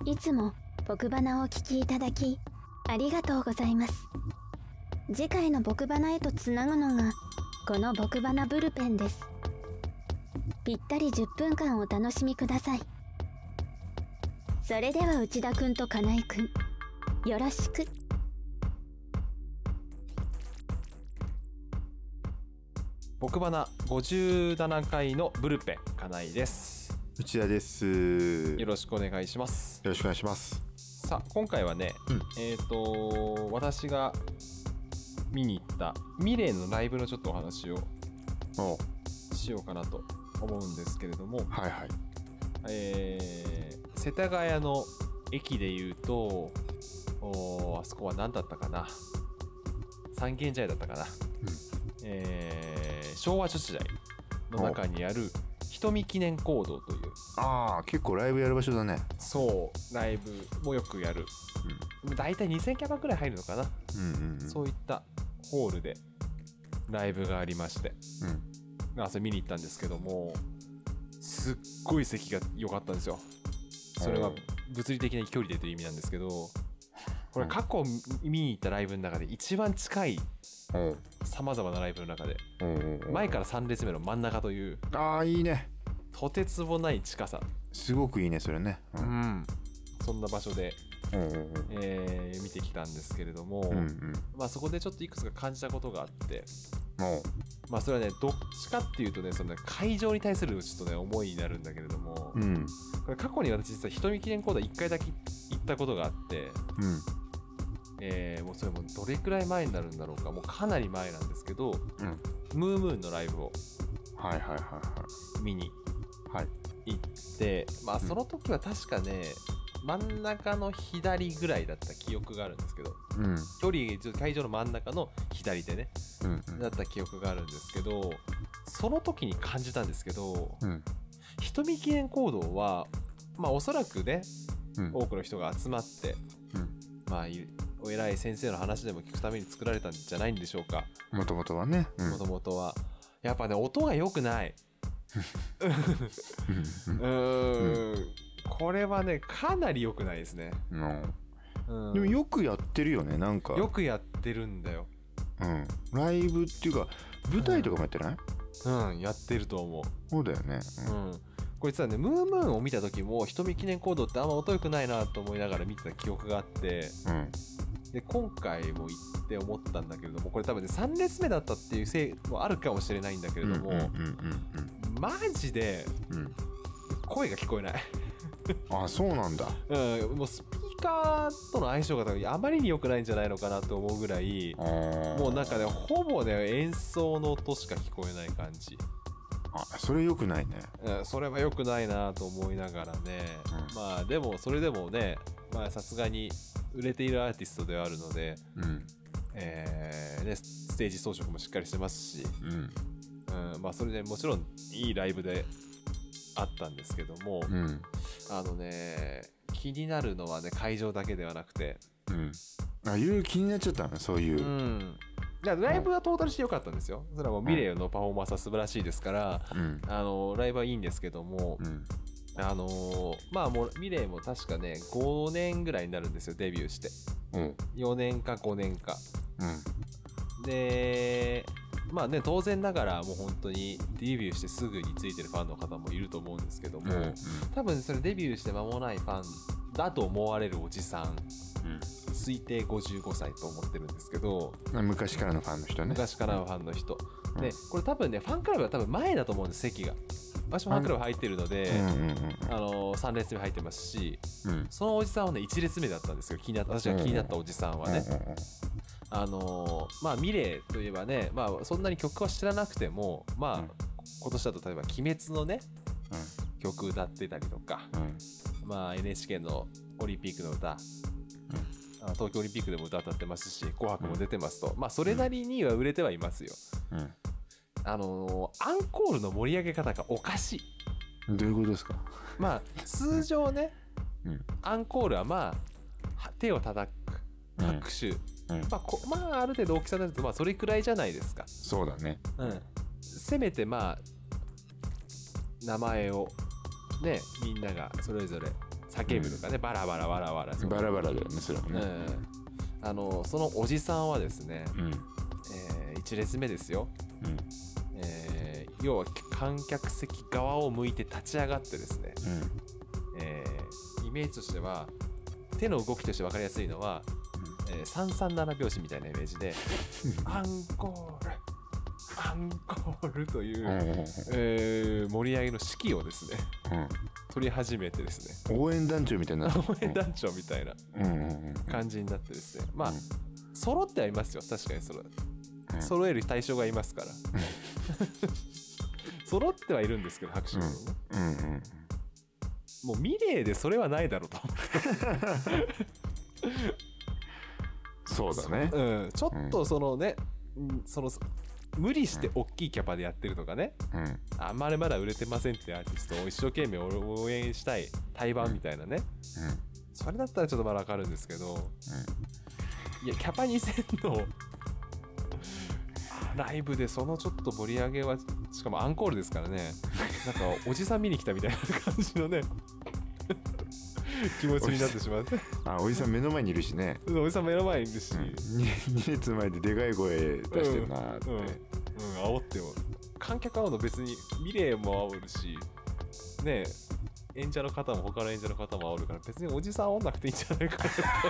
いつも僕花をお聞きいただきありがとうございます。次回の僕花へとつなぐのがこの僕花ブルペンです。ぴったり10分間お楽しみください。それでは内田くんと金井くん、よろしく。 僕花57回のブルペン、金井です。 内田です。 よろしくお願いします。 よろしくお願いします。 さあ今回はね、私が見に行ったミレーのライブのちょっとお話をしようかなと思うんですけれども、 はいはい。 世田谷の駅でいうとあそこは何だったかな、三軒茶屋だったかな、昭和女子大の中にある瞳記念講堂という、 ああ結構ライブやる場所だね。 そうライブもよくやる、だいたい2000キャパくらい入るのかな、そういったホールでライブがありまして、それ見に行ったんですけども、すっごい席が良かったんですよ。それは物理的な距離でという意味なんですけど、これ過去見に行ったライブの中で一番近い、さまざまなライブの中で前から3列目の真ん中という、 ああいいね、 とてつもない近さ、 すごくいいねそれね、 そんな場所で見てきたんですけれども、そこでちょっといくつか感じたことがあって、それはねどっちかっていうとね、そのね会場に対するちょっとね思いになるんだけれども、これ過去に私実は瞳記念講座1回だけ行ったことがあって、もうそれもどれくらい前になるんだろうか、もうかなり前なんですけど、ムームーンのライブを見に行って、その時は確かね真ん中の左ぐらいだった記憶があるんですけど、距離会場の真ん中の左手ね、だった記憶があるんですけど、その時に感じたんですけど、瞳記念講堂はおそらくね、多くの人が集まって、お偉い先生の話でも聞くために作られたんじゃないんでしょうか。 もともとはね、 もともとはやっぱね音が良くないこれはねかなり良くないですね。 でもよくやってるよね、なんかよくやってるんだよ。 ライブっていうか舞台とかもやってない？ やってると思う。 そうだよね。 これ実はねムームーンを見た時も瞳記念講堂ってあんま音良くないなと思いながら見てた記憶があって、で今回も行って思ったんだけれども、これ多分ね3列目だったっていうせいもあるかもしれないんだけれども、マジで声が聞こえないあ、そうなんだ。 もうスピーカーとの相性があまりに良くないんじゃないのかなと思うぐらい、もうなんかねほぼね演奏の音しか聞こえない感じ。 それ良くないね。 それは良くないなと思いながらね、でもそれでもね、さすがに売れているアーティストではあるので、ステージ装飾もしっかりしてますし、それでもちろんいいライブであったんですけども、気になるのはね会場だけではなくて、 いろいろ気になっちゃったの、そういう。 ライブはトータルして良かったんですよ。それはもうミレーのパフォーマンスは素晴らしいですから、ライブはいいんですけども、もうミレーも確かね5年ぐらいになるんですよ、デビューして、4年か5年か、で当然ながらもう本当にデビューしてすぐについてるファンの方もいると思うんですけども、多分それデビューして間もないファンだと思われるおじさん、推定55歳と思ってるんですけど、 昔からのファンの人ね。 昔からのファンの人、でこれ多分ねファンクラブは多分前だと思うんです、席が。私もファンクラブ入ってるので、3列目入ってますし、そのおじさんはね1列目だったんですよ。私が気になったおじさんはね、ミレーといえばね、そんなに曲は知らなくても、今年だと例えば鬼滅のね、曲歌ってたりとか、NHK のオリンピックの歌、東京オリンピックでも歌ってますし、紅白も出てますと、それなりには売れてはいますよ。アンコールの盛り上げ方がおかしい。 どういうことですか？ 通常ね、アンコールは手を叩く、拍手、ある程度大きさになるとそれくらいじゃないですか。 そうだね。 せめて名前をね、みんながそれぞれ叫ぶとかね、バラバラバラバラバラバラだよね、それもね。 そのおじさんはですね、1列目ですよ、要は観客席側を向いて立ち上がってですね、イメージとしては手の動きとして分かりやすいのは、337拍子みたいなイメージでアンコールアンコールという、盛り上げの指揮をですね、取り始めてですね、 応援団長みたいな応援団長みたいな感じになってですね、まあ揃ってはいますよ、確かに揃える対象がいますから揃ってはいるんですけど、拍手のね、もうミレーでそれはないだろうと思ってそうだね、 ちょっとそのね、無理して大きいキャパでやってるとかね、あんまりまだ売れてませんってアーティストを一生懸命応援したい対バンみたいなね、それだったらちょっとまだわかるんですけど、いやキャパ2000のライブでそのちょっと盛り上げは、しかもアンコールですからね、なんかおじさん見に来たみたいな感じのね気持ちになってしまって、 おじさん目の前にいるしね、 おじさん目の前にいるし、 2列前ででかい声出してるなーって、 煽っても観客煽るの別にミレーも煽るしね、演者の方も他の演者の方も煽るから、別におじさん煽んなくていいんじゃないかな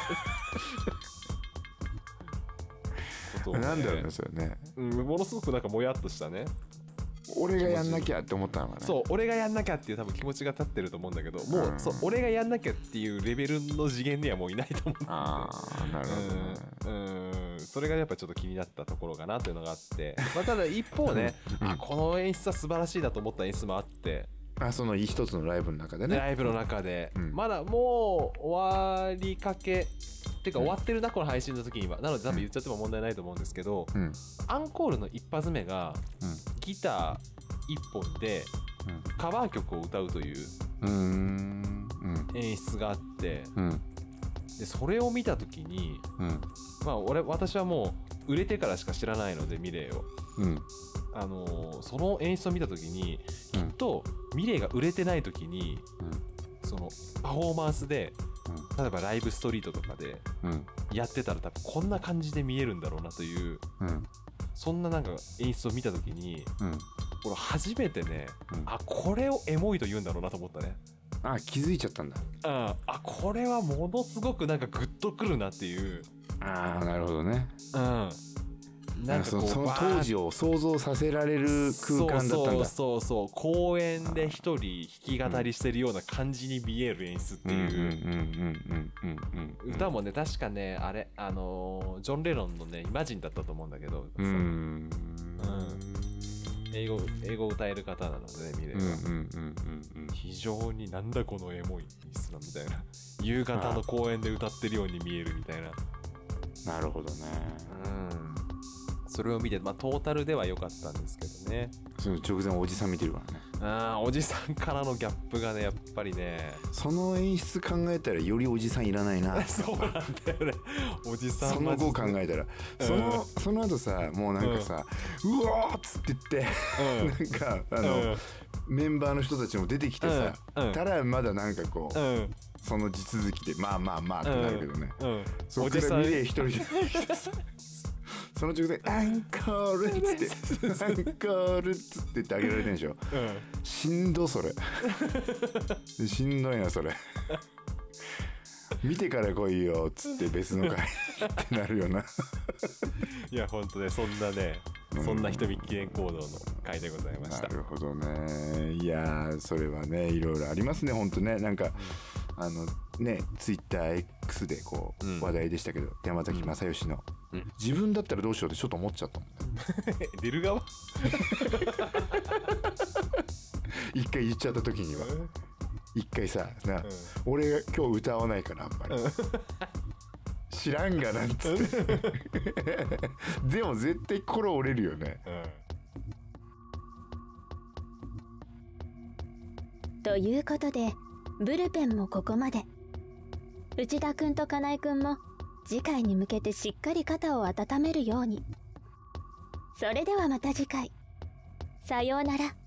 ことを、ね、 なんだろうねそれね、 ものすごくなんかもやっとしたね、 俺がやんなきゃって思ったのかな。 そう、俺がやんなきゃっていう多分気持ちが立ってると思うんだけど、もう、俺がやんなきゃっていうレベルの次元にはもういないと思うんで、 なるほどね、 それがやっぱちょっと気になったところかなというのがあって、ただ一方ね、この演出は素晴らしいなと思った演出もあって、 その一つのライブの中でね、 ライブの中で、まだもう終わりかけてか終わってるな、この配信の時には。なので多分言っちゃっても問題ないと思うんですけど、アンコールの一発目がギター一本でカバー曲を歌うという演出があって、でそれを見た時に、私はもう売れてからしか知らないのでミレーを、その演出を見た時に、きっとミレーが売れてない時に、そのパフォーマンスで、例えばライブストリートとかでやってたら多分こんな感じで見えるんだろうなという、そんななんか演出を見た時に、俺初めてね、これをエモいと言うんだろうなと思ったね。 気づいちゃったんだ。 これはものすごくなんかグッとくるなっていう。 なるほどね。 なんかこうその当時を想像させられる空間だったんだ。 そう公園で一人弾き語りしてるような感じに見える演出っていう歌もね、確かね、あれジョン・レノンのねイマジンだったと思うんだけど、英語歌える方なのでね、ミレーは非常になんだこのエモい演出なみたいな、夕方の公園で歌ってるように見えるみたいな。 なるほどね。 それを見て、トータルでは良かったんですけどね。 その直前おじさん見てるからね。おじさんからのギャップがね、やっぱりね。 その演出考えたらよりおじさんいらないな。 そうなんだよね。おじさんその後考えたら、その後さ、もうなんかさ、うわーっつって言って、なんかメンバーの人たちも出てきてさ、たらまだなんかこう、その地続きでまあってなるけどね。そこからミレー一人でその直前アンコールっつってアンコールっつって言ってあげられてるでしょ。しんどそれしんどいなそれ見てから来いよっつって別の回ってなるよな。 いや本当ね、そんなね、そんな人見記念行動の回でございました。 なるほどね。いやそれはね、いろいろありますね本当ね。なんかね、ツイッター X でこう話題でしたけど、山崎正義の自分だったらどうしようってちょっと思っちゃったもんね。 出る側一回言っちゃった時には一回さ俺が今日歌わないからあんまり知らんがなっつってでも絶対心折れるよね。 ということでブルペンもここまで。内田くんと金井くんも次回に向けてしっかり肩を温めるように。それではまた次回。さようなら。